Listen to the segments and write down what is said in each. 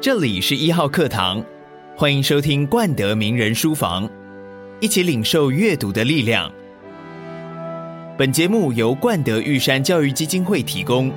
这里是1号课堂，欢迎收听冠德名人书房，一起领受阅读的力量。本节目由冠德玉山教育基金会提供。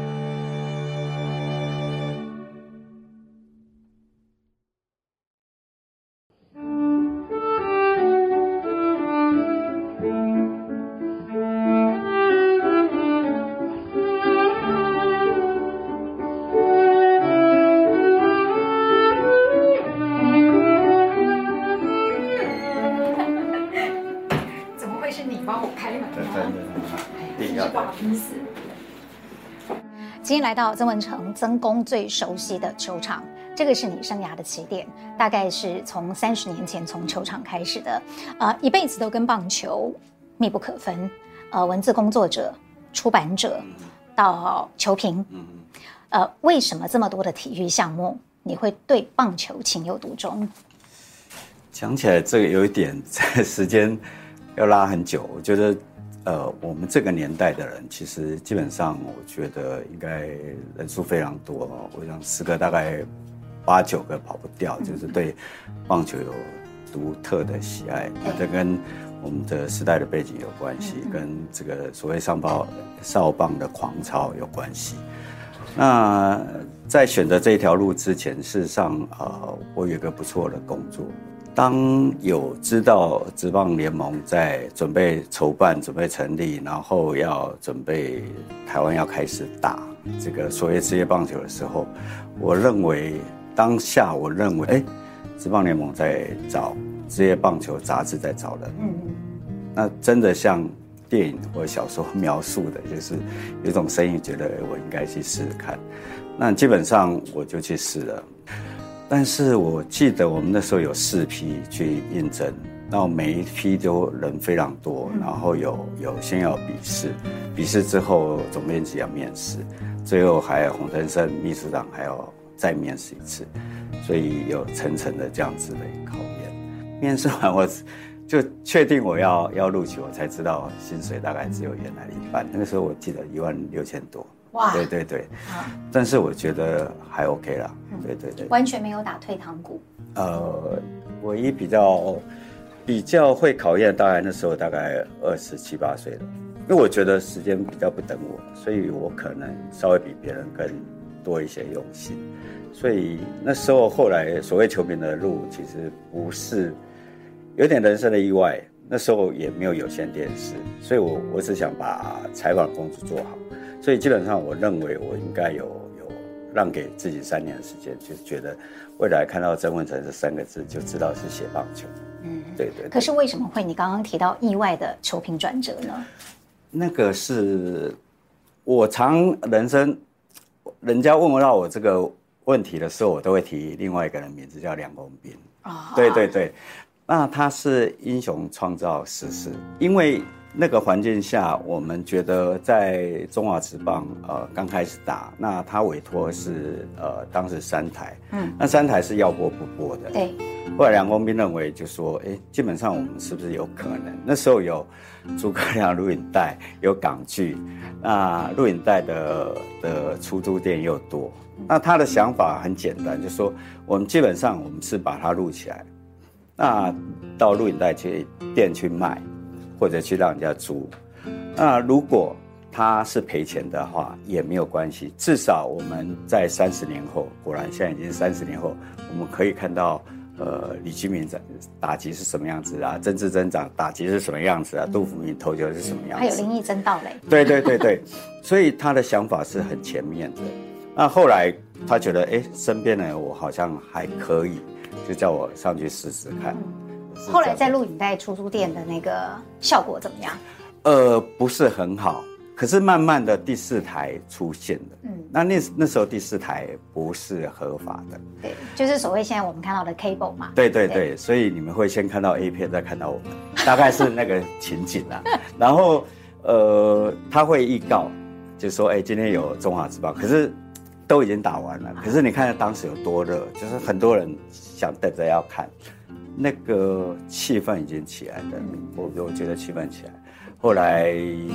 今天来到曾文成曾公最熟悉的球场，这个是你生涯的起点，大概是从30年前从球场开始的，一辈子都跟棒球密不可分，文字工作者、出版者到球评，为什么这么多的体育项目，你会对棒球情有独钟？ 讲起来这个有一点时间要拉很久，我觉得。我们这个年代的人，其实基本上，我觉得应该人数非常多。我想10个大概8、9个跑不掉，就是对棒球有独特的喜爱。那这跟我们的时代的背景有关系，跟这个所谓少棒的狂潮有关系。那在选择这一条路之前，事实上，我有一个不错的工作。当有知道职棒联盟在准备筹办、准备成立，然后要准备台湾要开始打这个所谓职业棒球的时候，当下我认为，职棒联盟在找职业棒球杂志在找人，那真的像电影或小说描述的，就是有一种声音觉得我应该去试试看，那基本上我就去试了。但是我记得我们那时候有4批去应征，然后每一批都人非常多，然后有先要笔试，笔试之后总编辑要面试，最后还有洪腾生秘书长还要再面试一次，所以有层层的这样子的考验。面试完我就确定我要录取，我才知道薪水大概只有原来的一半。那个时候我记得16000多。哇，对，但是我觉得还 OK 啦，对， 完全没有打退堂鼓。 唯一比较会考验，大概那时候大概27、28岁了，因为我觉得时间比较不等我，所以我可能稍微比别人更多一些用心，所以那时候后来所谓球评的路，其实不是有点人生的意外。那时候也没有有线电视，所以我只想把采访工作做好。所以基本上，我认为我应该有让给自己3年的时间，就觉得未来看到曾文成这3个字，就知道是写棒球。对。 可是为什么会你刚刚提到意外的球评转折呢？ 那个是我人生，人家问到我这个问题的时候，我都会提另外一个人名字，叫梁公斌。对。那他是英雄创造时势，因为那个环境下，我们觉得在中华职棒刚开始打，那他委托是当时3台，那3台是要播不播的。 对。 后来梁公斌认为就说，基本上我们是不是有可能？那时候有诸葛亮录影带，有港剧，那录影带的出租店又多，那他的想法很简单，就说我们基本上我们是把它录起来。那到录影带店去卖，或者去让人家租。那如果他是赔钱的话，也没有关系。至少我们在30年后，果然现在已经30年后，我们可以看到，李居明打击是什么样子啊？曾志珍打击是什么样子啊？杜福明投球是什么样子？ 还有林义珍到嘞。 对。所以他的想法是很前面的。那后来他觉得，身边的人我好像还可以。就叫我上去试试看。 后来在录影带出租店的那个效果怎么样？ 不是很好，可是慢慢的第4台出现了。那时候第4台不是合法的。 对，就是所谓现在我们看到的 cable 嘛。 对，所以你们会先看到 A 片，再看到我们，大概是那个情景啊。然后他会预告，就说今天有中华职棒，可是都已经打完了，可是你看当时有多热，就是很多人想等着要看，那个气氛已经起来了，我觉得气氛起来。后来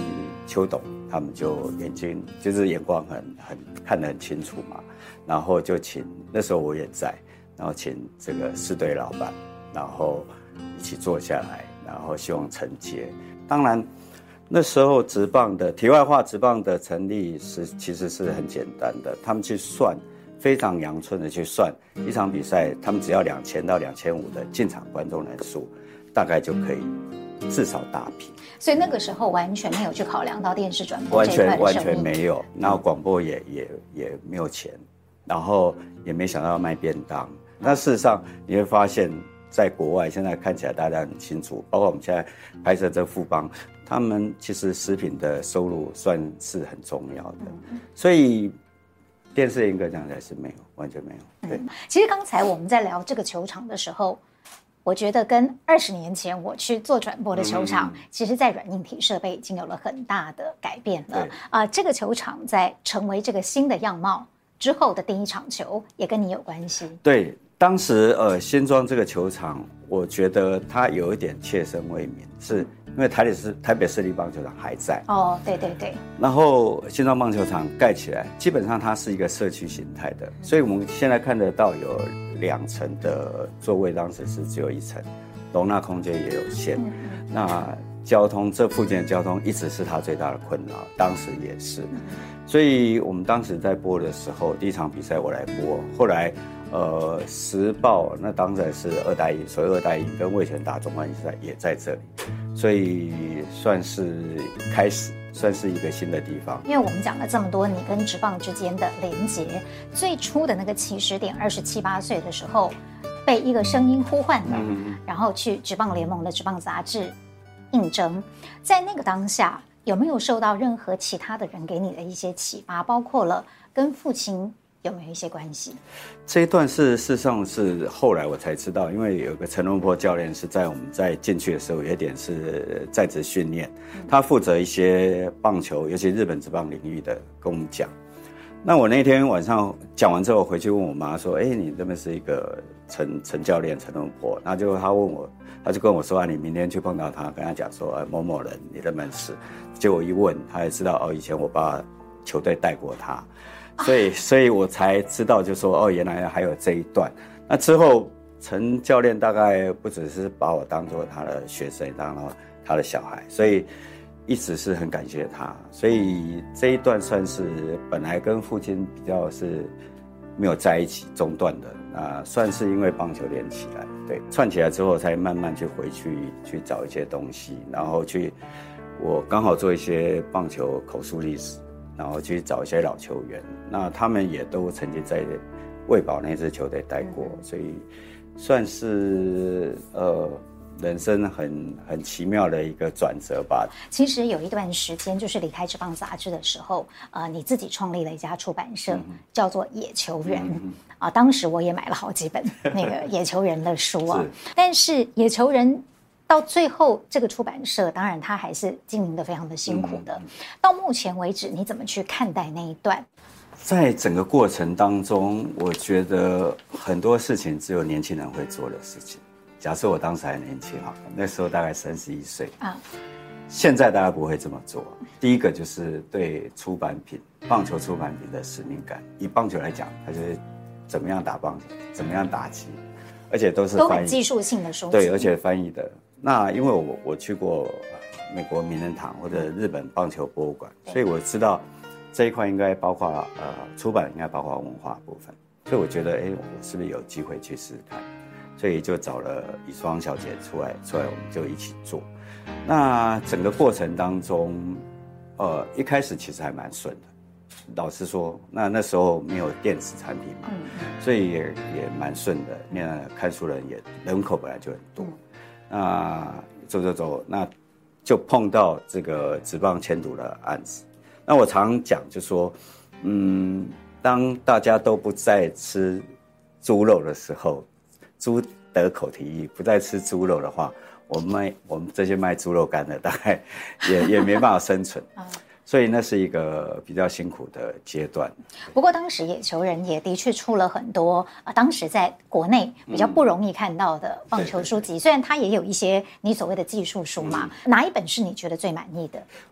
邱董他们就眼睛就是眼光很看得很清楚嘛，然后就请那时候我也在，然后请这个4队老板，然后一起坐下来，然后希望承接。当然那时候职棒的题外话，职棒的成立其实是很简单的，他们去算。非常阳春的去算一场比赛，他们只要2000到2500的进场观众人数，大概就可以至少打平。 所以那个时候完全没有去考量到电视转播这一块的完全没有。然后广播也没有钱，然后也没想到要卖便当。那事实上你会发现，在国外现在看起来大家很清楚，包括我们现在拍摄这富邦，他们其实食品的收入算是很重要的，所以。电视严格讲起来是没有，完全没有。对， 其实刚才我们在聊这个球场的时候，我觉得跟20年前我去做转播的球场，其实在软硬体设备已经有了很大的改变了。这个球场在成为这个新的样貌之后的第一场球，也跟你有关系。 对，当时新庄这个球场，我觉得它有一点切身为民，是因为台北市立棒球场还在。 哦，对对对。 然后新庄棒球场盖起来，基本上它是一个社区形态的，所以我们现在看得到有2层的座位，当时是只有1层，容纳空间也有限。那交通这附近的交通一直是它最大的困扰，当时也是。所以我们当时在播的时候，第一场比赛我来播，后来时报那当然是2代1，所谓2代1跟味全打总冠军赛也在这里，所以算是开始，算是一个新的地方。 因为我们讲了这么多你跟职棒之间的连结，最初的那个起始点，27、28岁的时候被一个声音呼唤了，然后去职棒联盟的职棒杂志应征，在那个当下有没有受到任何其他的人给你的一些启发，包括了跟父亲有没有一些关系？ 这一段事实上是后来我才知道，因为有个陈荣波教练是在我们在进去的时候，有一点是在职训练，他负责一些棒球，尤其日本职棒领域的，跟我们讲。那我那天晚上讲完之后，回去问我妈说：“哎，你这边是一个陈教练陈荣波。”那就他问我，他就跟我说：“啊，你明天去碰到他，跟他讲说，某某人你认不认识？”结果一问，他也知道哦，以前我爸球队带过他。所以我才知道，就说哦，原来还有这一段。那之后，陈教练大概不只是把我当作他的学生，当做他的小孩，所以一直是很感谢他。所以这一段算是本来跟父亲比较是没有在一起中断的，算是因为棒球连起来，对，串起来之后才慢慢去回去找一些东西，然后我刚好做一些棒球口述历史。然后去找一些老球员，那他们也都曾经在卫保那支球队待过，所以算是人生很奇妙的一个转折吧。 其实有一段时间，就是离开职棒杂志的时候，你自己创立了一家出版社，叫做野球人。当时我也买了好几本那个野球人的书啊，但是野球人。到最后，这个出版社当然它还是经营的非常的辛苦的。到目前为止，你怎么去看待那一段？ 在整个过程当中，我觉得很多事情只有年轻人会做的事情。假设我当时还年轻哈，那时候大概31岁啊，现在大家不会这么做。第一个就是对出版品、棒球出版品的使命感。以棒球来讲，它就是怎么样打棒球，怎么样打击，而且都很技术性的书籍。 对，而且翻译的。那因为我去过美国名人堂或者日本棒球博物馆，所以我知道这一块应该包括出版，应该包括文化部分。所以我觉得，我是不是有机会去试试看？所以就找了李双小姐出来，我们就一起做。那整个过程当中，一开始其实还蛮顺的。老实说，那时候没有电子产品嘛，所以也蛮顺的。那看书人人口本来就很多。那走，那就碰到这个职棒签赌的案子。那我常讲就说，当大家都不再吃猪肉的时候，猪得口蹄疫，不再吃猪肉的话，我们这些卖猪肉干的大概也没办法生存。所以那是一个比较辛苦的阶段。 不过当时野球人也的确出了很多当时在国内比较不容易看到的棒球书籍，虽然它也有一些你所谓的技术书嘛。哪一本是你觉得最满意的？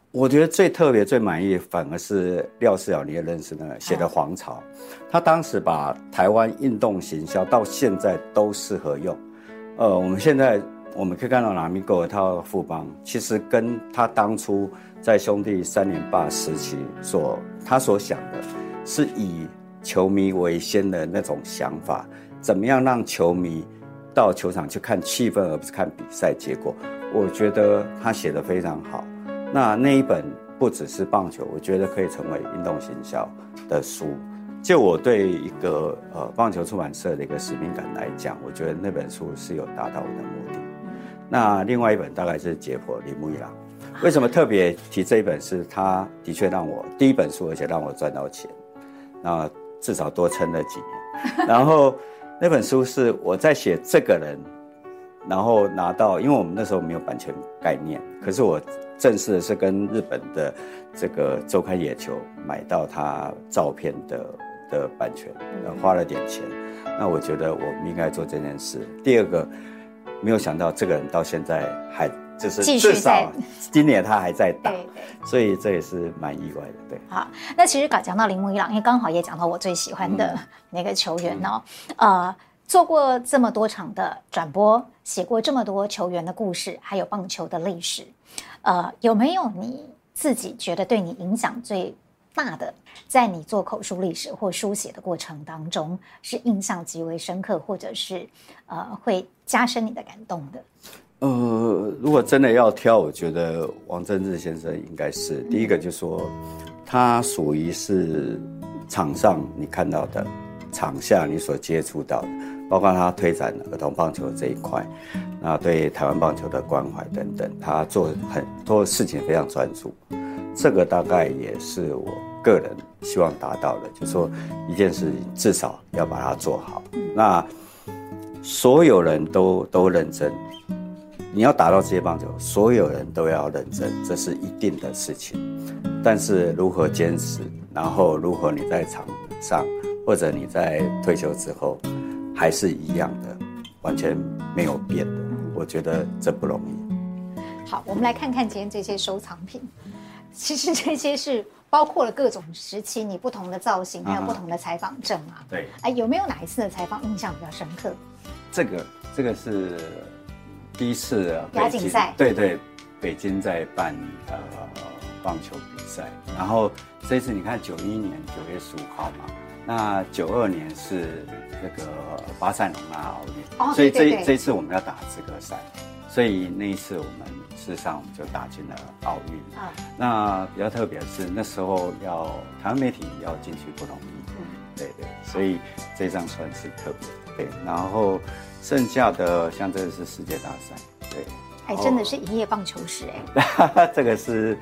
我觉得最特别、最满意，反而是廖世尧，你也认识那个写的黄巢，他当时把台湾运动行销到现在都适合用。我们现在我们可以看到拉米狗他富邦，其实跟他当初在兄弟3连霸时期他所想的，是以球迷为先的那种想法，怎么样让球迷到球场去看气氛，而不是看比赛结果。我觉得他写得非常好。那一本不只是棒球，我觉得可以成为运动行销的书。就我对一个棒球出版社的一个使命感来讲，我觉得那本书是有达到我的目的。那另外一本大概是解剖铃木一郎。为什么特别提这一本？是他的确让我第一本书，而且让我赚到钱，那至少多撑了几年。然后那本书是我在写这个人，然后拿到，因为我们那时候没有版权概念，可是我正式的是跟日本的这个周刊野球买到他照片的版权，花了点钱。那我觉得我们应该做这件事。第二个，没有想到这个人到现在还就是至少今年他还在打，所以这也是蛮意外的。对， 好，那其实讲到铃木一郎，因为刚好也讲到我最喜欢的那个球员哦，做过这么多场的转播，写过这么多球员的故事，还有棒球的历史，有没有你自己觉得对你影响最大的，在你做口述历史或书写的过程当中，是印象极为深刻，或者是会加深你的感动的？ 如果真的要挑，我觉得王贞治先生应该是第一个，就是说他属于是场上你看到的，场下你所接触到的，包括他推展儿童棒球这一块，那对台湾棒球的关怀等等，他做很多事情非常专注。这个大概也是我个人希望达到的，就是说一件事情至少要把它做好。那所有人都认真。你要打到职业棒球，所有人都要认真，这是一定的事情。但是如何坚持，然后如何你在场上，或者你在退休之后，还是一样的，完全没有变的。我觉得这不容易。 好，我们来看看今天这些收藏品。其实这些是包括了各种时期你不同的造型，还有不同的采访证啊。 对。 有没有哪一次的采访印象比较深刻？ 这个是。第一次亚锦赛， 对，北京在办棒球比赛，然后这一次你看91年9月15号嘛，那92年是那个巴塞隆纳奥运，所以这一次我们要打资格赛，所以那一次我们事实上我们就打进了奥运。那比较特别的是那时候台湾媒体要进去不容易，对，所以这一张算是特别的，对，然后。剩下的像这个是世界大赛，对， 真的是一夜棒球史这个是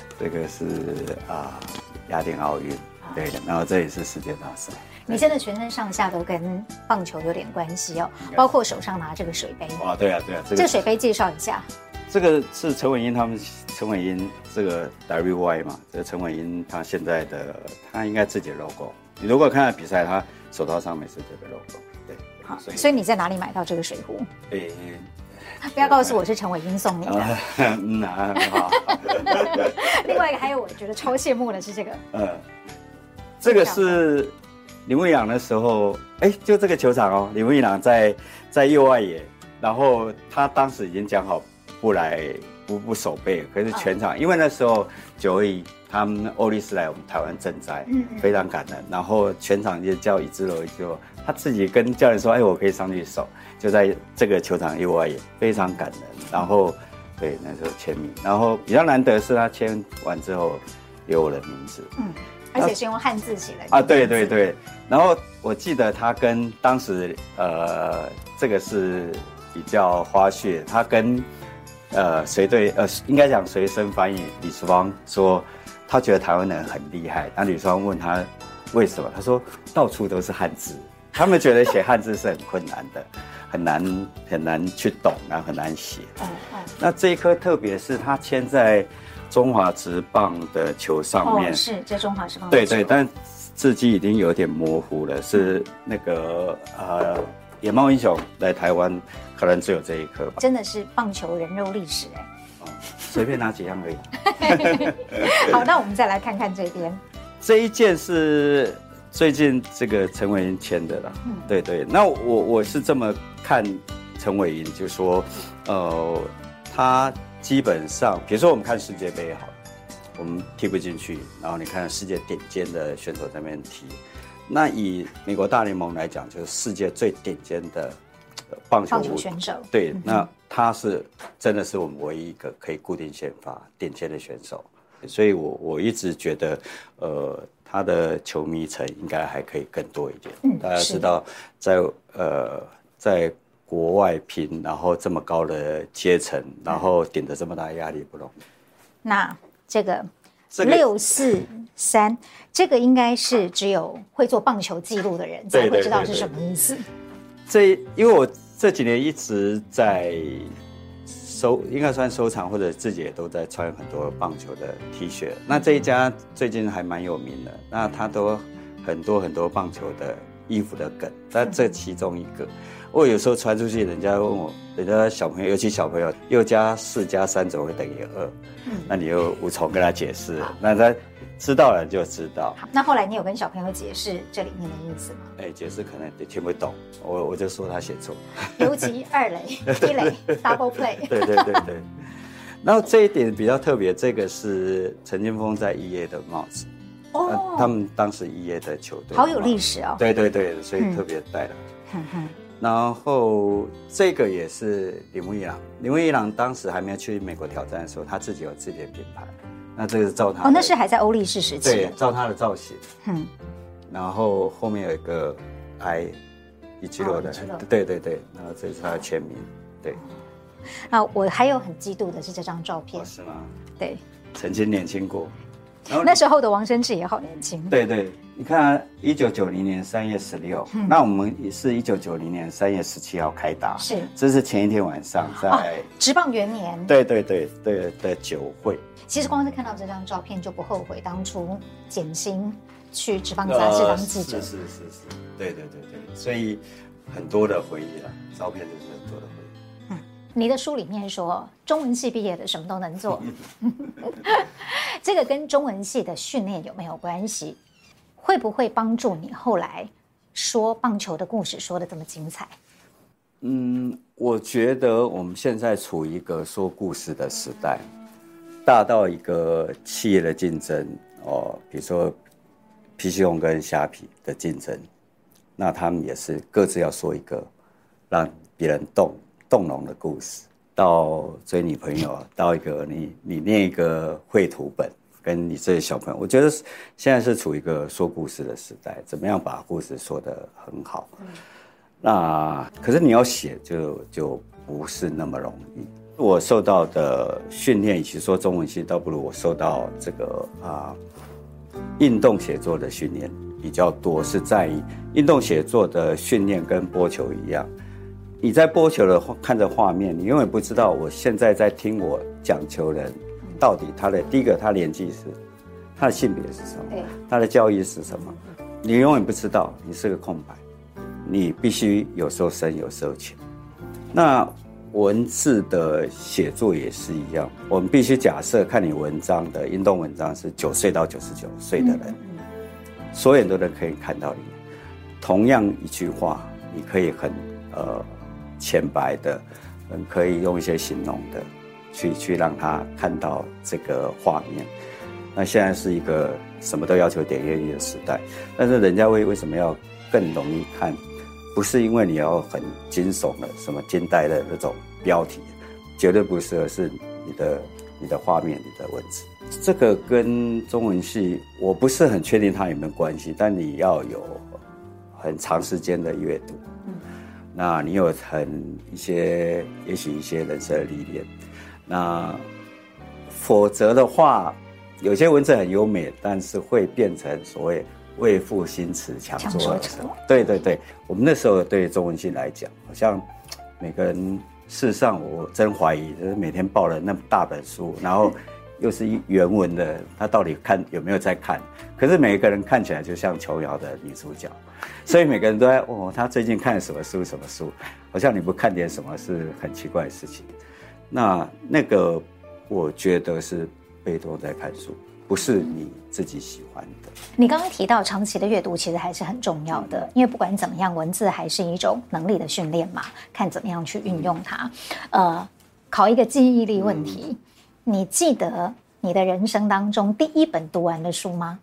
雅典奥运，对的，然后这也是世界大赛。 你真的全身上下都跟棒球有点关系哦，包括手上拿这个水杯。 哇，对啊， 这个水杯介绍一下。 这个是陈伟英他们，陈伟英这个 WY 嘛，这个陈伟英他现在的他应该自己的 logo。你如果看到比赛，他手套上面是这个 logo。 好，所以你在哪里买到这个水壶？不要告诉我是陈伟英送你的。 好。 另外一个还有我觉得超羡慕的是这个。 这个是铃木一朗的时候，就这个球场哦，铃木一朗在右外野，然后他当时已经讲好不守备，可是全场因为那时候921他们欧力士来我们台湾赈灾，非常感人，然后全场就叫一之楼就他自己跟教练说，我可以上去守，就在这个球场右外野，非常感人。然后对那时候签名，然后比较难得是他签完之后有我的名字， 而且是用汉字写的对。然后我记得他跟当时这个是比较花絮，他跟应该讲随身翻译李淑芳说，他觉得台湾人很厉害。那李淑芳问他为什么，他说到处都是汉字，他们觉得写汉字是很困难的，很难去懂，然后很难写。那这一颗特别是他签在中华职棒的球上面， 是这中华职棒的球， 对，但字迹已经有点模糊了，是那个野猫英雄来台湾可能只有这一颗吧。 真的是棒球人肉历史随便拿几样而已。 好，那我们再来看看这边。 这一件是最近这个陈伟英签的啦。对对。那我是这么看陈伟英，就是说，他基本上，比如说我们看世界杯好了，我们踢不进去，然后你看世界顶尖的选手在那边踢。那以美国大联盟来讲，就是世界最顶尖的棒球选手。 对，那他是真的是我们唯一一个可以固定先发顶尖的选手，所以我一直觉得，他的球迷层应该还可以更多一点。大家知道在国外拼，然后这么高的阶层，然后顶着这么大的压力不容易。 那这个643，这个应该是只有会做棒球记录的人才会知道是什么意思。 因为我这几年一直在应该算收藏，或者自己也都在穿很多棒球的 T 恤。那这一家最近还蛮有名的，那他都很多棒球的衣服的梗，那这其中一个。我有时候传出去，人家问我，人家小朋友，尤其小朋友，6加4加3怎么会等于2？那你又无从跟他解释，那他知道了就知道。 那后来你有跟小朋友解释这里面的意思吗？ 解释可能也听不懂，我就说他写错。 游击2垒、1垒 double play。 对。然后这一点比较特别，这个是陈金锋在1A的帽子。他们当时1A的球队。 好有历史哦。 对，所以特别带了。然后这个也是铃木一朗，铃木一朗当时还没有去美国挑战的时候，他自己有自己的品牌。那这个是照他那是还在欧力士时期。 对，照他的造型。然后后面有一个一吉罗的，对，然后这是他的签名。对。 我还有很嫉妒的是这张照片。 是吗？ 对。 曾经年轻过。 那时候的王贞治也好年轻。 对，你看1990年3月16，那我们也是1990年3月17号开打， 是， 这是前一天晚上在职棒元年， 对的酒会。 其实光是看到这张照片就不后悔当初减薪去职棒杂志当记者。 是，对，所以很多的回忆了，照片就是很多的回忆。 你的书里面说，中文系毕业的什么都能做，这个跟中文系的训练有没有关系？会不会帮助你后来说棒球的故事说得这么精彩？ 我觉得我们现在处于一个说故事的时代，大到一个企业的竞争比如说皮西红跟虾皮的竞争，那他们也是各自要说一个让别人动容的故事，到追女朋友，到一个你念一个绘图本，跟你这些小朋友，我觉得现在是处于一个说故事的时代，怎么样把故事说得很好？那可是你要写就不是那么容易。我受到的训练，与其说中文系，倒不如我受到这个运动写作的训练比较多，是在于运动写作的训练跟播球一样。你在播球的看着画面，你永远不知道我现在在听我讲球人到底他的第一个他年纪是，他的性别是什么，他的教育是什么，你永远不知道，你是个空白，你必须有时候深有时候浅。那文字的写作也是一样，我们必须假设看你文章的运动文章是9岁到99岁的人，所有人都可以看到你。同样一句话，你可以很浅白的，可以用一些形容的，去让他看到这个画面。那现在是一个什么都要求点阅率的时代，但是人家为什么要更容易看？不是因为你要很惊悚的什么惊呆的那种标题，绝对不是，而是你的画面、你的文字。这个跟中文系我不是很确定它有没有关系，但你要有很长时间的阅读。那你有也许一些人生的历练，那否则的话，有些文字很优美，但是会变成所谓为赋新词强作而成。对，我们那时候对中文系来讲，好像每个人，事实上我真怀疑，就是每天抱了那么大本书，然后又是原文的，他到底有没有在看？可是每一个人看起来就像琼瑶的女主角。所以每个人都在问他最近看什么书，好像你不看点什么是很奇怪的事情。那个我觉得是被动在看书，不是你自己喜欢的。 你刚刚提到长期的阅读其实还是很重要的，因为不管怎么样，文字还是一种能力的训练嘛，看怎么样去运用它。考一个记忆力问题，你记得你的人生当中第一本读完的书吗？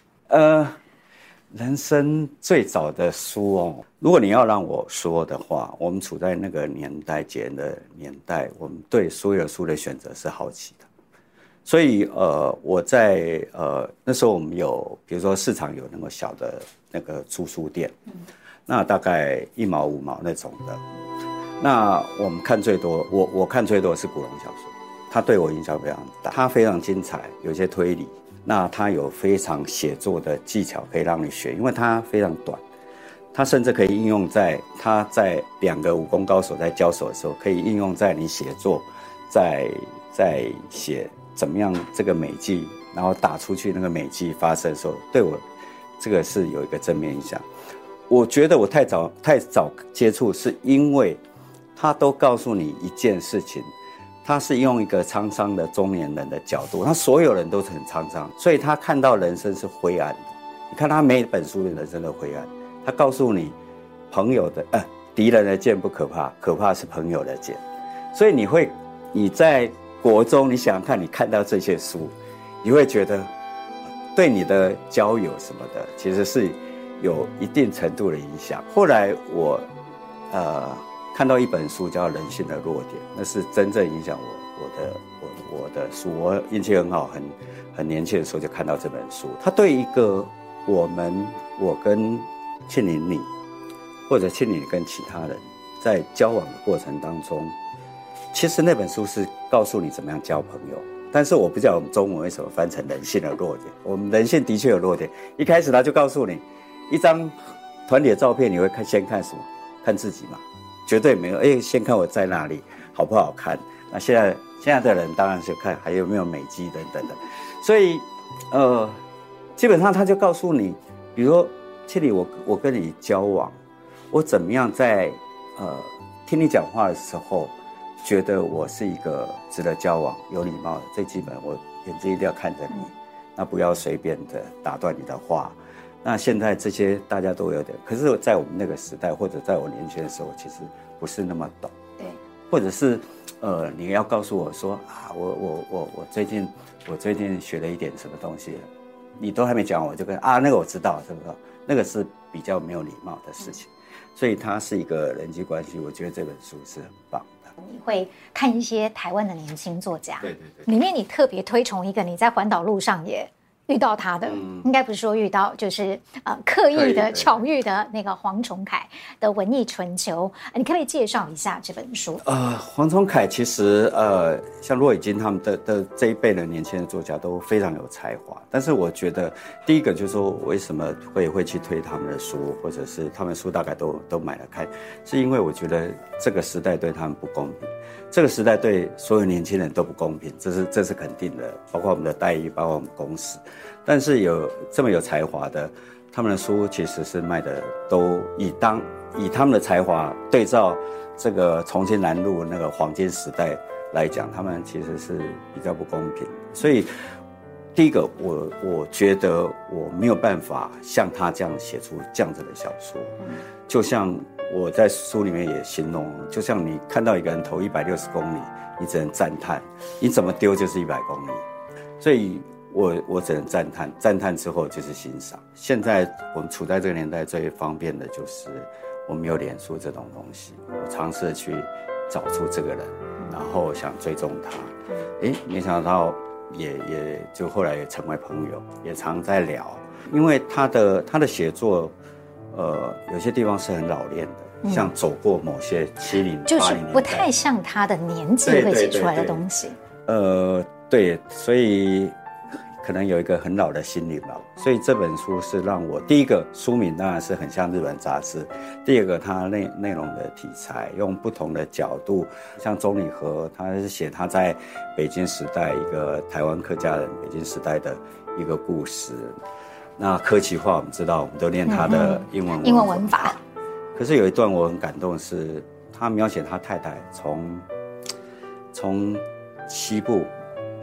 人生最早的书哦，如果你要让我说的话，我们处在那个年代节的年代，我们对所有书的选择是好奇的。所以我在那时候我们有，比如说市场有那么小的那个租书店，那大概1毛5毛那种的。那我们看最多，我看最多的是古龙小说，它对我影响非常大，它非常精彩，有些推理。那它有非常写作的技巧可以让你学，因为它非常短，它甚至可以应用在它在2个武功高手在交手的时候，可以应用在你写作，在写怎么样这个美技，然后打出去那个美技发生的时候，对我这个是有一个正面影响。我觉得我太早接触，是因为它都告诉你一件事情。他是用一个沧桑的中年人的角度，他所有人都是很沧桑，所以他看到人生是灰暗的。你看他每本书的人生都灰暗，他告诉你，敌人的剑不可怕，可怕是朋友的剑。所以你在国中，你想想看，你看到这些书，你会觉得对你的交友什么的，其实是有一定程度的影响。后来我看到一本书叫《人性的弱点》，那是真正影响我的书。我运气很好，很年轻的时候就看到这本书。它对一个我跟庆龄你，或者庆龄跟其他人在交往的过程当中，其实那本书是告诉你怎么样交朋友。但是我不知道我们中文为什么翻成人性的弱点。我们人性的确有弱点。一开始他就告诉你，一张团体的照片，你会先看什么？看自己嘛。绝对没有，先看我在哪里，好不好看？那现在的人当然是看还有没有美肌等等的，所以基本上他就告诉你，比如说庆里我跟你交往，我怎么样在听你讲话的时候，觉得我是一个值得交往、有礼貌的，最基本我眼睛一定要看着你，那不要随便的打断你的话。那现在这些大家都有点，可是在我们那个时代，或者在我年轻的时候，其实不是那么懂。 对， 或者是你要告诉我说啊，我最近学了一点什么东西，你都还没讲，我就跟那个我知道，是不是？那个是比较没有礼貌的事情，所以它是一个人际关系。我觉得这本书是很棒的。 你会看一些台湾的年轻作家， 对， 里面你特别推崇一个，你在环岛路上也遇到他的，应该不是说遇到，就是刻意的巧遇的那个黄崇凯的《文艺春秋》，你可不可以介绍一下这本书？ 黄崇凯其实像骆以军他们的这一辈的年轻的作家都非常有才华，但是我觉得第一个就是说，我为什么会去推他们的书，或者是他们书大概都买了看，是因为我觉得这个时代对他们不公平。这个时代对所有年轻人都不公平，这是肯定的，包括我们的待遇，包括我们公司。但是有这么有才华的，他们的书其实是卖的都以他们的才华对照这个重庆南路那个黄金时代来讲，他们其实是比较不公平。所以第一个，我觉得我没有办法像他这样写出这样子的小说，就像我在书里面也形容，就像你看到一个人投160公里，你只能赞叹，你怎么丢就是100公里，所以我只能赞叹之后就是欣赏。现在我们处在这个年代，最方便的就是我们有脸书这种东西，我尝试去找出这个人，然后想追踪他，没想到也就后来也成为朋友，也常在聊，因为他的写作。有些地方是很老练的，像走过某些70、80年代， 就是不太像他的年纪会写出来的东西。 对，所以可能有一个很老的心灵吧。所以这本书是让我第一个书名当然是很像日本杂志，第二个它内容的题材用不同的角度，像钟理和他是写他在北京时代一个台湾客家人北京时代的一个故事。那科技化我们知道，我们都念他的英文文法。可是有一段我很感动，是他描写他太太从西部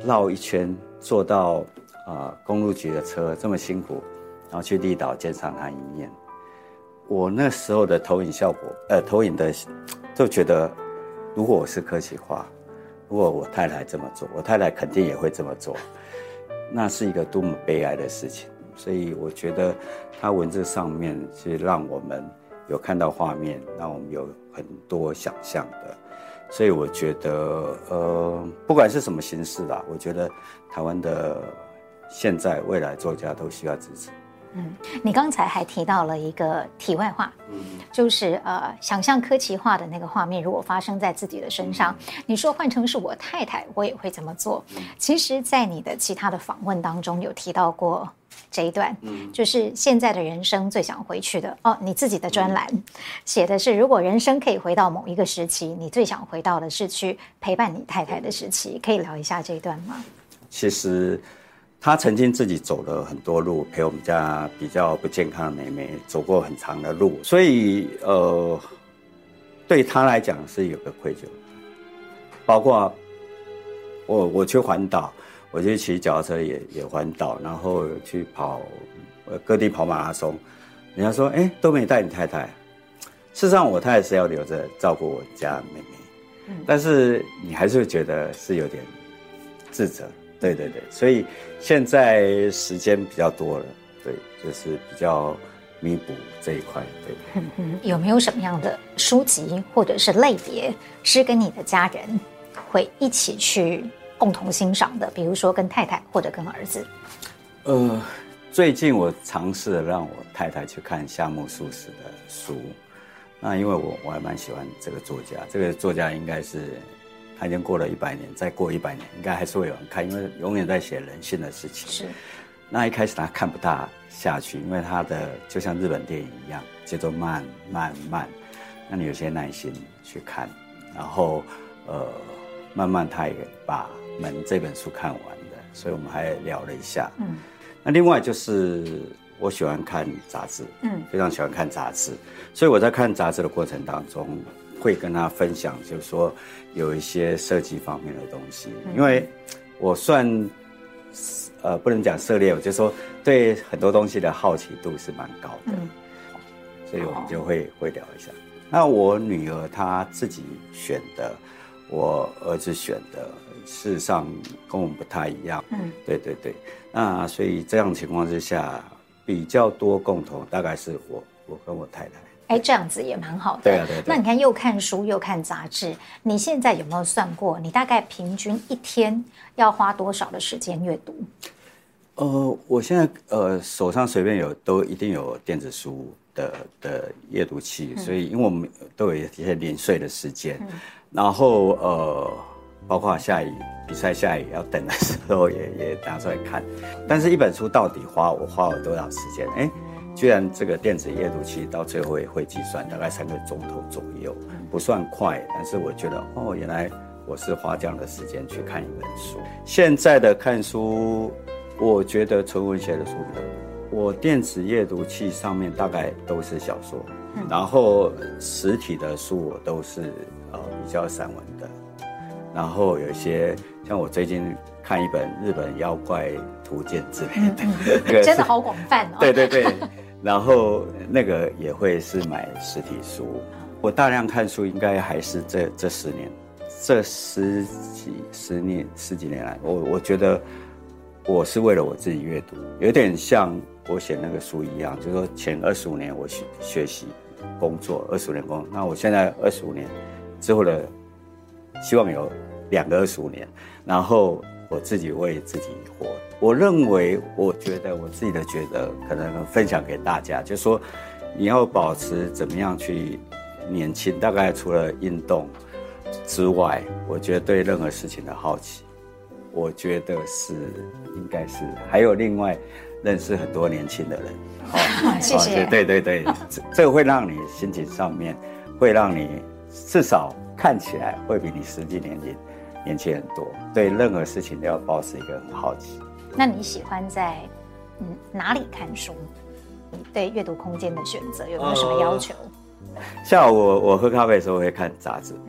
绕一圈坐到公路局的车这么辛苦，然后去立岛见上他一面。我那时候的投影效果，投影的就觉得，如果我是科技化，如果我太太这么做，我太太肯定也会这么做，那是一个多么悲哀的事情。所以我觉得它文字上面是让我们有看到画面，让我们有很多想象的。所以我觉得不管是什么形式啦，我觉得台湾的现在未来作家都需要支持。 你刚才还提到了一个题外话，就是想象科技化的那个画面，如果发生在自己的身上，你说换成是我太太，我也会这么做。其实，在你的其他的访问当中有提到过这一段，就是现在的人生最想回去的你自己的专栏写的是，如果人生可以回到某一个时期，你最想回到的是去陪伴你太太的时期，可以聊一下这一段吗？ 其实他曾经自己走了很多路，陪我们家比较不健康的妹妹走过很长的路，所以对他来讲是有个愧疚。包括我去环岛，我去骑脚踏车也环岛，然后去跑各地跑马拉松。人家说都没带你太太，事实上我太太是要留着照顾我家妹妹，但是你还是会觉得是有点自责。对对对，所以现在时间比较多了，对，就是比较弥补这一块。对， 有没有什么样的书籍或者是类别是跟你的家人会一起去共同欣赏的？比如说跟太太或者跟儿子。 最近我尝试了让我太太去看夏目漱石的书，那因为我还蛮喜欢这个作家，这个作家应该是。他已经过了100年，再过100年，应该还是会有人看，因为永远在写人性的事情。 是。 那一开始他看不大下去，因为他的就像日本电影一样，节奏慢慢慢，那你有些耐心去看，然后慢慢他也把《门》这本书看完的，所以我们还聊了一下。那另外就是我喜欢看杂志，非常喜欢看杂志，所以我在看杂志的过程当中。会跟他分享，就是说有一些设计方面的东西，因为我算不能讲涉猎，我就说对很多东西的好奇度是蛮高的，所以我们就会聊一下。那我女儿她自己选的，我儿子选的，事实上跟我们不太一样。对对对。那所以这样的情况之下，比较多共同，大概是我跟我太太。 这样子也蛮好的。 对啊，对。 那你看，又看书又看杂志，你现在有没有算过，你大概平均一天要花多少的时间阅读？ 我现在手上随便都一定有电子书的阅读器，所以因为我们都有一些零碎的时间，然后包括比赛下雨要等的时候也拿出来看，但是一本书到底我花了多少时间？居然这个电子阅读器到最后也会计算，大概3个钟头左右，不算快，但是我觉得原来我是花这样的时间去看一本书。现在的看书，我觉得纯文学的书比较多。我电子阅读器上面大概都是小说，然后实体的书我都是比较散文的，然后有一些像我最近看一本日本妖怪图鉴之类的， 真的好广泛哦。 对对对。然后那个也会是买实体书，我大量看书应该还是这10年，这十几年来，我觉得我是为了我自己阅读，有点像我写那个书一样，就是说前25年我学习工作，25年工作，那我现在25年之后的希望有2个25年，然后我自己为自己活。我认为，我觉得我自己的觉得可能分享给大家，就是说你要保持怎么样去年轻，大概除了运动之外，我觉得对任何事情的好奇，我觉得是应该是还有另外认识很多年轻的人。 谢谢。 对对对，这个会让你心情上面会让你至少看起来会比你实际年轻很多。对任何事情都要保持一个很好奇。 那你喜欢在哪里看书？你对阅读空间的选择有没有什么要求？ 像我喝咖啡的时候会看杂志，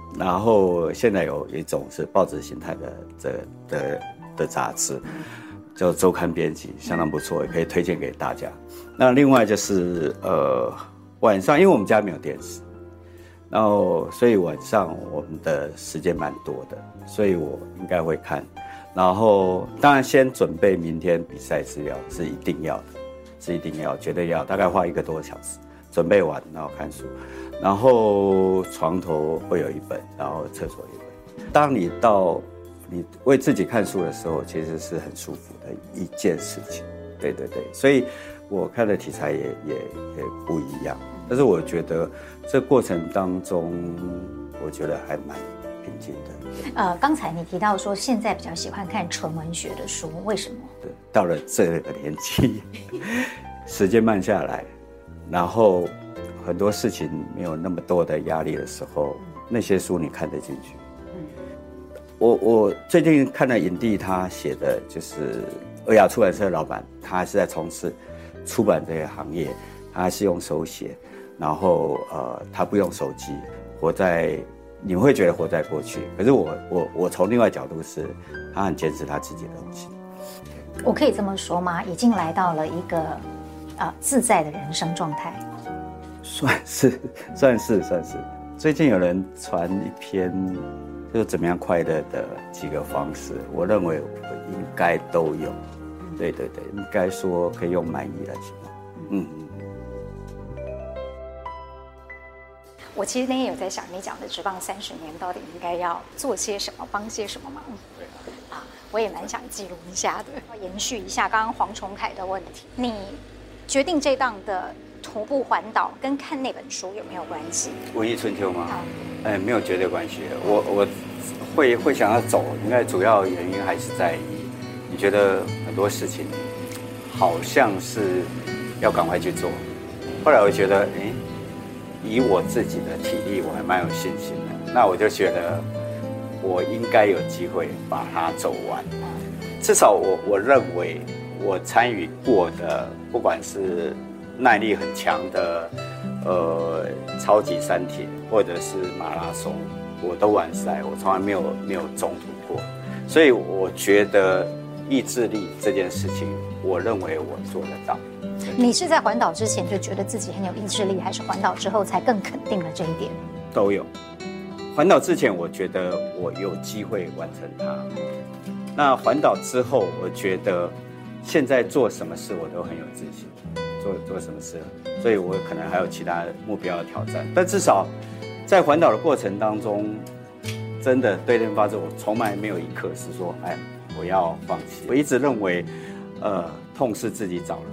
然后现在有一种是报纸形态的杂志，叫周刊编辑，相当不错，也可以推荐给大家。那另外就是晚上，因为我们家没有电视，然后所以晚上我们的时间蛮多的，所以我应该会看。然后当然先准备明天比赛资料是一定要的，是一定要，绝对要，大概花1个多小时准备完，然后看书。然后床头会有一本，然后厕所一本。当你为自己看书的时候，其实是很舒服的一件事情。对对对，所以我看的题材也不一样。但是我觉得这过程当中，我觉得还蛮平静的。 刚才你提到说现在比较喜欢看纯文学的书，为什么？ 对，到了这个年纪，时间慢下来，然后很多事情没有那么多的压力的时候，那些书你看得进去。我最近看了影帝他写的，就是尔雅出版社的老板，他还是在从事出版这个行业，他还是用手写，然后他不用手机，你会觉得活在过去。可是我从另外角度是，他很坚持他自己的东西。 我可以这么说吗？已经来到了一个自在的人生状态。算是。最近有人传一篇，就是怎么样快乐的几个方式，我认为我应该都有。对，应该说可以用满意来形容。 我其实那天有在想，你讲的职棒30年到底应该要做些什么，帮些什么忙？ 对啊，我也蛮想记录一下的。要延续一下刚刚黄崇凯的问题，你决定这档的徒步环岛跟看那本书有没有关系？ 文艺春秋吗？没有绝对关系。我会想要走，应该主要原因还是在于，你觉得很多事情好像是要赶快去做。后来我觉得，以我自己的体力，我还蛮有信心的。那我就觉得，我应该有机会把它走完。至少我认为，我参与过的，不管是耐力很强的，超级三铁或者是马拉松，我都完赛，我从来没有中途过。所以我觉得意志力这件事情，我认为我做得到。 你是在环岛之前就觉得自己很有意志力，还是环岛之后才更肯定了这一点？ 都有。环岛之前，我觉得我有机会完成它。那环岛之后，我觉得现在做什么事我都很有自信，做什么事，所以我可能还有其他目标要挑战。但至少在环岛的过程当中，真的对天发誓，我从来没有一刻是说，我要放弃。我一直认为，痛是自己找的。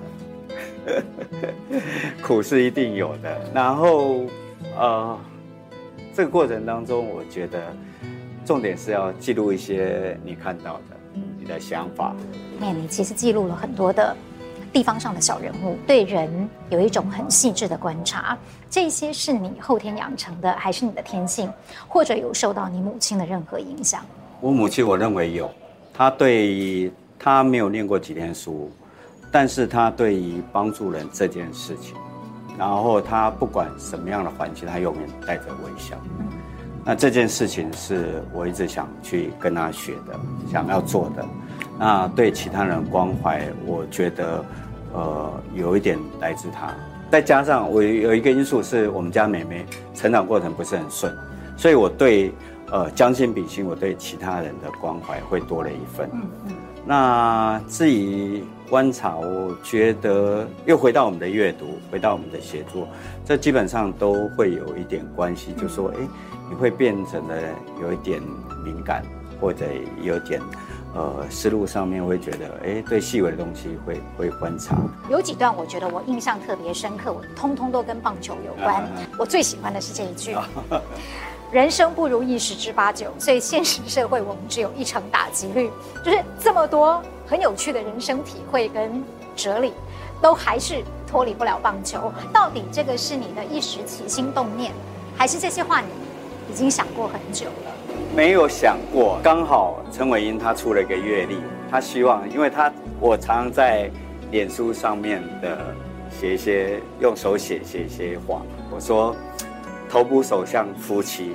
苦是一定有的，然后这个过程当中，我觉得重点是要记录一些你看到的、你的想法。 你其实记录了很多的地方上的小人物，对人有一种很细致的观察。这些是你后天养成的，还是你的天性，或者有受到你母亲的任何影响？ 我母亲，我认为有，她没有念过几天书。但是他对于帮助人这件事情，然后他不管什么样的环境，他永远带着微笑。那这件事情是我一直想去跟他学的，想要做的。那对其他人关怀，我觉得有一点来自他。再加上我有一个因素是我们家妹妹成长过程不是很顺，所以我对将心比心，我对其他人的关怀会多了一份。那至于观察，我觉得又回到我们的阅读，回到我们的写作，这基本上都会有一点关系。就说，你会变成了有一点敏感，或者有点思路上面会觉得，对细微的东西会观察。 有几段我觉得我印象特别深刻，我通通都跟棒球有关。我最喜欢的是这一句。人生不如意10之8九，所以现实社会我们只有1成打击率。就是这么多很有趣的人生体会跟哲理，都还是脱离不了棒球。到底这个是你的一时起心动念，还是这些话你已经想过很久了？ 没有想过，刚好陈伟英他出了一个月历，他希望，因为我常常在脸书上面的写一些用手写一些话，我说。头部手相夫妻，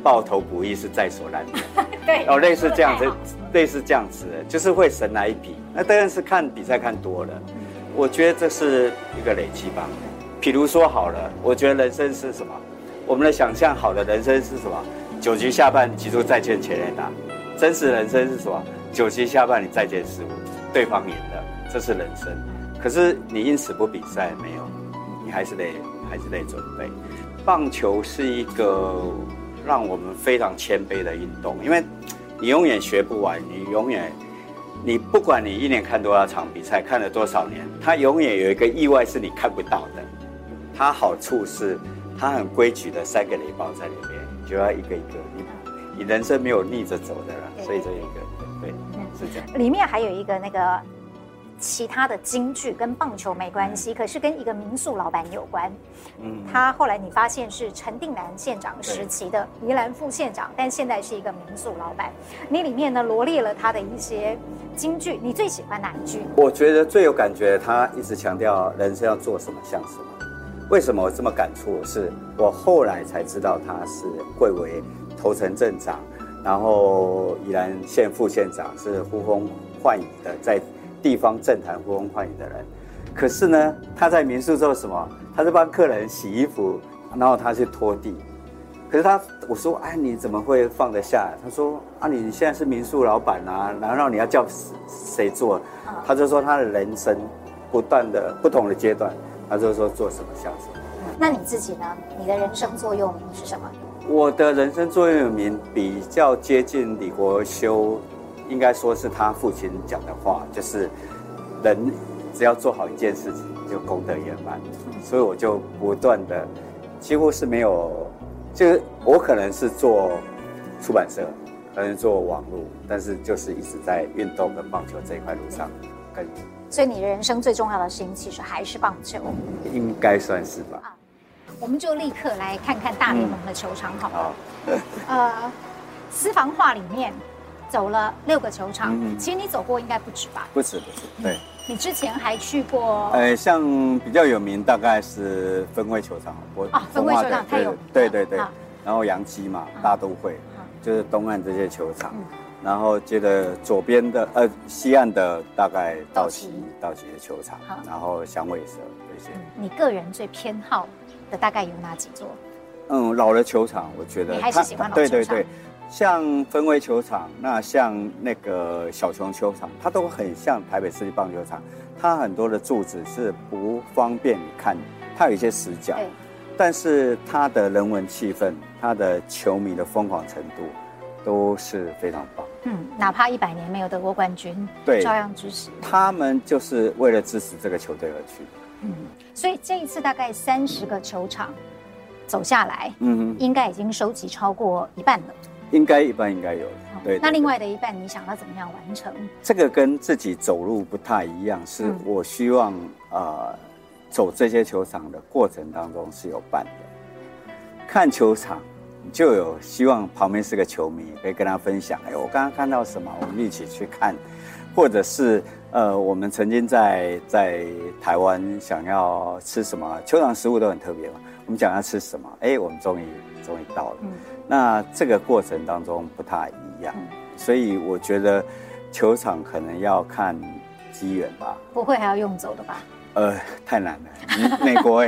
抱头捕翼是在所难免。 对， 类似这样子，的，就是会神来一笔。那当然是看比赛看多了，我觉得这是一个累积吧。比如说好了，我觉得人生是什么？我们的想象好的人生是什么？9局下半击出再见全垒打，真实人生是什么？9局下半你再见失误，对方赢了，这是人生。可是你因此不比赛没有，你还是得准备。棒球是一个让我们非常谦卑的运动，因为你永远学不完，你不管你一年看多少场比赛，看了多少年，它永远有一个意外是你看不到的。它好处是它很规矩的3个垒包在里面，你就要一个一个，你人生没有逆着走的了，所以这一个对是这样。 里面还有一个那个其他的金句跟棒球没关系，可是跟一个民宿老板有关。他后来你发现是陈定南县长时期的宜兰副县长，但现在是一个民宿老板。你里面呢罗列了他的一些金句，你最喜欢哪一句？ 我觉得最有感觉，他一直强调人生要做什么像什么。为什么我这么感触？是我后来才知道他是贵为头城镇长，然后宜兰县副县长，是呼风唤雨的，在地方政坛呼风唤雨的人。可是呢，他在民宿做什么？他是帮客人洗衣服，然后他去拖地。可是我说，哎，你怎么会放得下？他说，啊，你现在是民宿老板啊，难道你要叫谁做？他就说他的人生不同的阶段，他就说做什么像什么。 那你自己呢？你的人生座右铭是什么？ 我的人生座右铭比较接近李国修，应该说是他父亲讲的话，就是人只要做好一件事情，就功德圆满。所以我就不断的，几乎是没有，就是我可能是做出版社，可能做网络，但是就是一直在运动跟棒球这一块路上耕耘。 所以你人生最重要的事情其实还是棒球， 应该算是吧。 我们就立刻来看看大联盟的球场好了。私房话里面走了6个球场，其实你走过应该不止吧？ 不止，对。 你之前还去过？ 像比较有名大概是分会球场， 分会球场太有名了。 对。然后洋基嘛，大都会，就是东岸这些球场。然后接着左边的西岸的大概道奇的球场，然后响尾蛇这些。 你个人最偏好的大概有哪几座？ 老的球场，我觉得你还是喜欢老球场。 对，像分威球场，那像那个小熊球场，它都很像台北市立棒球场。它很多的柱子是不方便你看，它有一些死角，但是它的人文气氛，它的球迷的疯狂程度，都是非常棒。 哪怕100年没有得过冠军， 对， 照样支持。 他们就是为了支持这个球队而去。 所以这一次大概30个球场走下来，应该已经收集超过1半了。应该有。对。那另外的1半，你想要怎么样完成？ 这个跟自己走路不太一样，是我希望走这些球场的过程当中是有伴的。看球场就有希望旁边是个球迷，可以跟他分享，我刚刚看到什么，我们一起去看，或者是我们曾经在台湾想要吃什么，球场食物都很特别嘛，我们想要吃什么，我们终于到了。那这个过程当中不太一样，所以我觉得球场可能要看机缘吧。 不会还要用走的吧？ 太难了，美国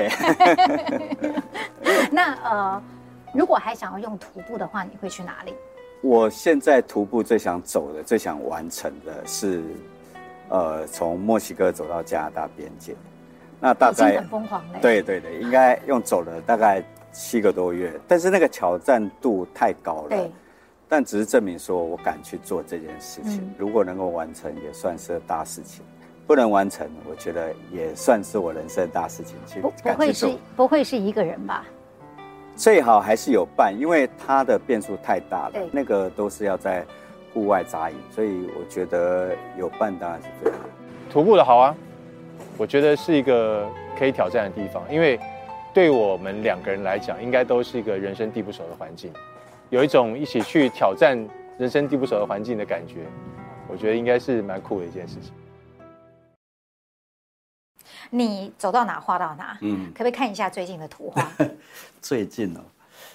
那如果还想要用徒步的话，你会去哪里？ 我现在徒步最想走的、最想完成的是，从墨西哥走到加拿大边界。那大概已经很疯狂了。 对，应该用走了大概7个多月，但是那个挑战度太高了。对。但只是证明说我敢去做这件事情，如果能够完成，也算是大事情。不能完成，我觉得也算是我人生的大事情。 不会是一个人吧？ 最好还是有伴，因为它的变数太大了。那个都是要在户外扎营，所以我觉得有伴当然是最好。 徒步的好啊，我觉得是一个可以挑战的地方，因为对我们2个人来讲，应该都是一个人生地不熟的环境，有一种一起去挑战人生地不熟的环境的感觉，我觉得应该是蛮酷的一件事情。 你走到哪画到哪，可不可以看一下最近的图画？ 最近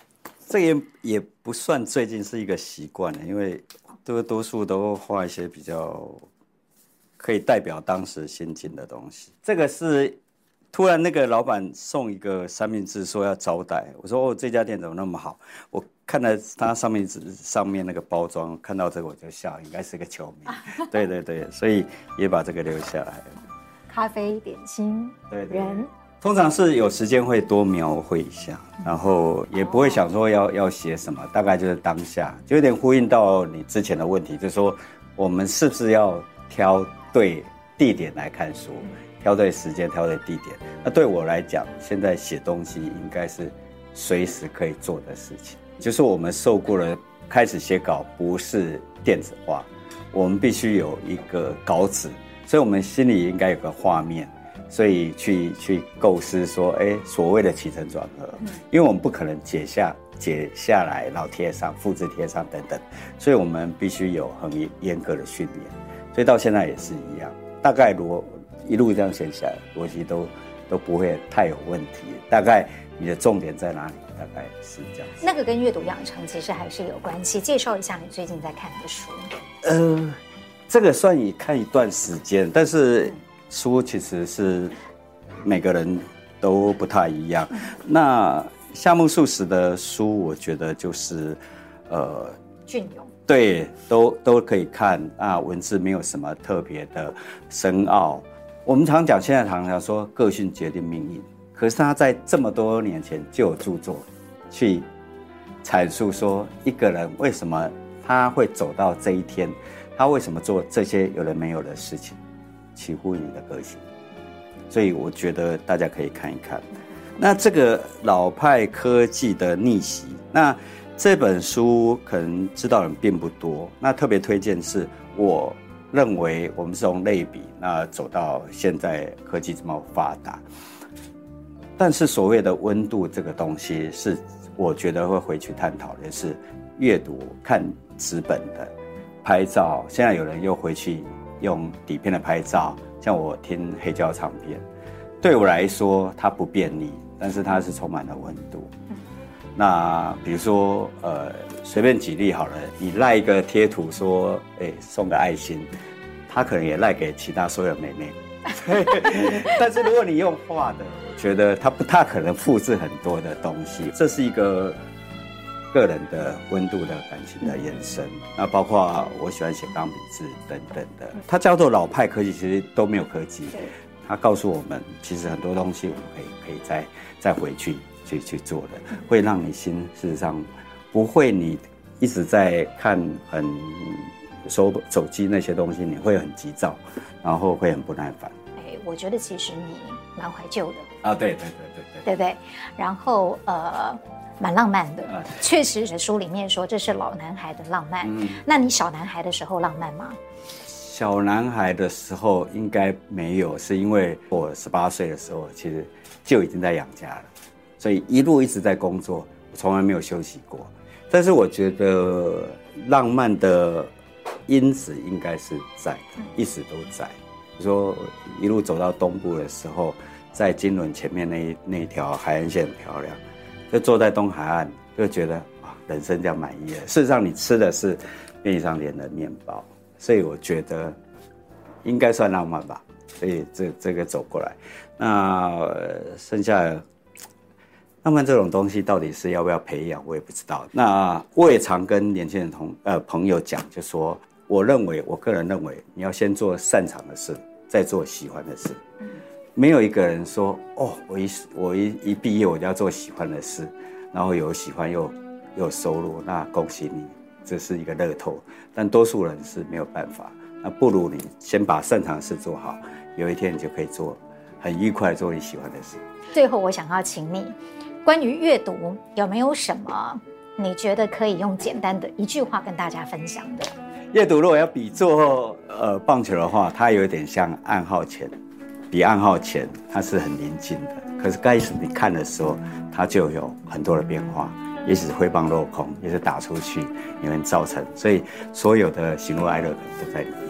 这也不算最近是一个习惯了，因为多数都画一些比较可以代表当时心境的东西。这个是突然那个老板送一个三明治说要招待，我说哦这家店怎么那么好？我看了他上面那个包装，看到这个我就笑，应该是个球迷。对对对，所以也把这个留下来。 咖啡点心对人。 通常是有时间会多描绘一下，然后也不会想说要写什么，大概就是当下，就有点呼应到你之前的问题，就是说我们是不是要挑对地点来看书，挑对时间，挑对地点。那对我来讲，现在写东西应该是随时可以做的事情，就是我们受过了开始写稿不是电子化，我们必须有一个稿纸，所以我们心里应该有个画面。所以去构思说，所谓的起承转合，因为我们不可能解下来，然后贴上、复制贴上等等，所以我们必须有很严格的训练。所以到现在也是一样，大概如果一路这样写下来，逻辑都不会太有问题。大概你的重点在哪里？大概是这样子。 那个跟阅读养成其实还是有关系。介绍一下你最近在看的书。 这个算你看一段时间，但是。书其实是每个人都不太一样。那夏目漱石的书，我觉得就是隽永， 对，都可以看啊，文字没有什么特别的深奥。我们常讲，现在常常说个性决定命运，可是他在这么多年前就有著作去阐述说一个人为什么他会走到这一天，他为什么做这些有的没有的事情。起乎你的个性，所以我觉得大家可以看一看。那这个老派科技的逆袭，那这本书可能知道人并不多。那特别推荐是，我认为我们是从类比，那走到现在科技这么发达，但是所谓的温度这个东西，是我觉得会回去探讨的是阅读、看纸本的、拍照。现在有人又回去。用底片的拍照，像我听黑胶唱片，对我来说它不便利，但是它是充满了温度。那比如说随便举例好了，你赖一个贴图说，送个爱心，他可能也赖给其他所有妹妹。但是如果你用画的，我觉得他不太可能复制很多的东西，这是一个。个人的温度的感情的延伸，那包括我喜欢写钢笔字等等的，它叫做老派科技，其实都没有科技。它告诉我们，其实很多东西我们可以再回去做的，会让你心事实上不会你一直在看手机那些东西，你会很急躁，然后会很不耐烦。 我觉得其实你蛮怀旧的啊，对， 对不对？然后蛮浪漫的，确实书里面说这是老男孩的浪漫。那你小男孩的时候浪漫吗？ 小男孩的时候应该没有，是因为我18岁的时候其实就已经在养家了，所以一直在工作，我从来没有休息过。但是我觉得浪漫的因子应该是在的，一直都在。比如说一路走到东部的时候，在金轮前面那条海岸线很漂亮。就坐在东海岸，就觉得人生这样满意了。事实上，你吃的是便利商店的面包，所以我觉得应该算浪漫吧。所以这个走过来，那剩下的浪漫这种东西到底是要不要培养，我也不知道。那我也常跟年轻人朋友讲，就说我个人认为，你要先做擅长的事，再做喜欢的事。没有一个人说我一毕业我就要做喜欢的事，然后有喜欢又有收入，那恭喜你，这是一个乐透。但多数人是没有办法，那不如你先把擅长的事做好，有一天你就可以做很愉快做你喜欢的事。 最后我想要请你，关于阅读有没有什么你觉得可以用简单的一句话跟大家分享的？ 阅读如果要比做棒球的话，它有点像暗号前。比暗号前它是很宁静的，可是开始你看的时候，它就有很多的变化，也许是挥棒落空，也是打出去，也能造成，所以所有的喜怒哀乐都在里面。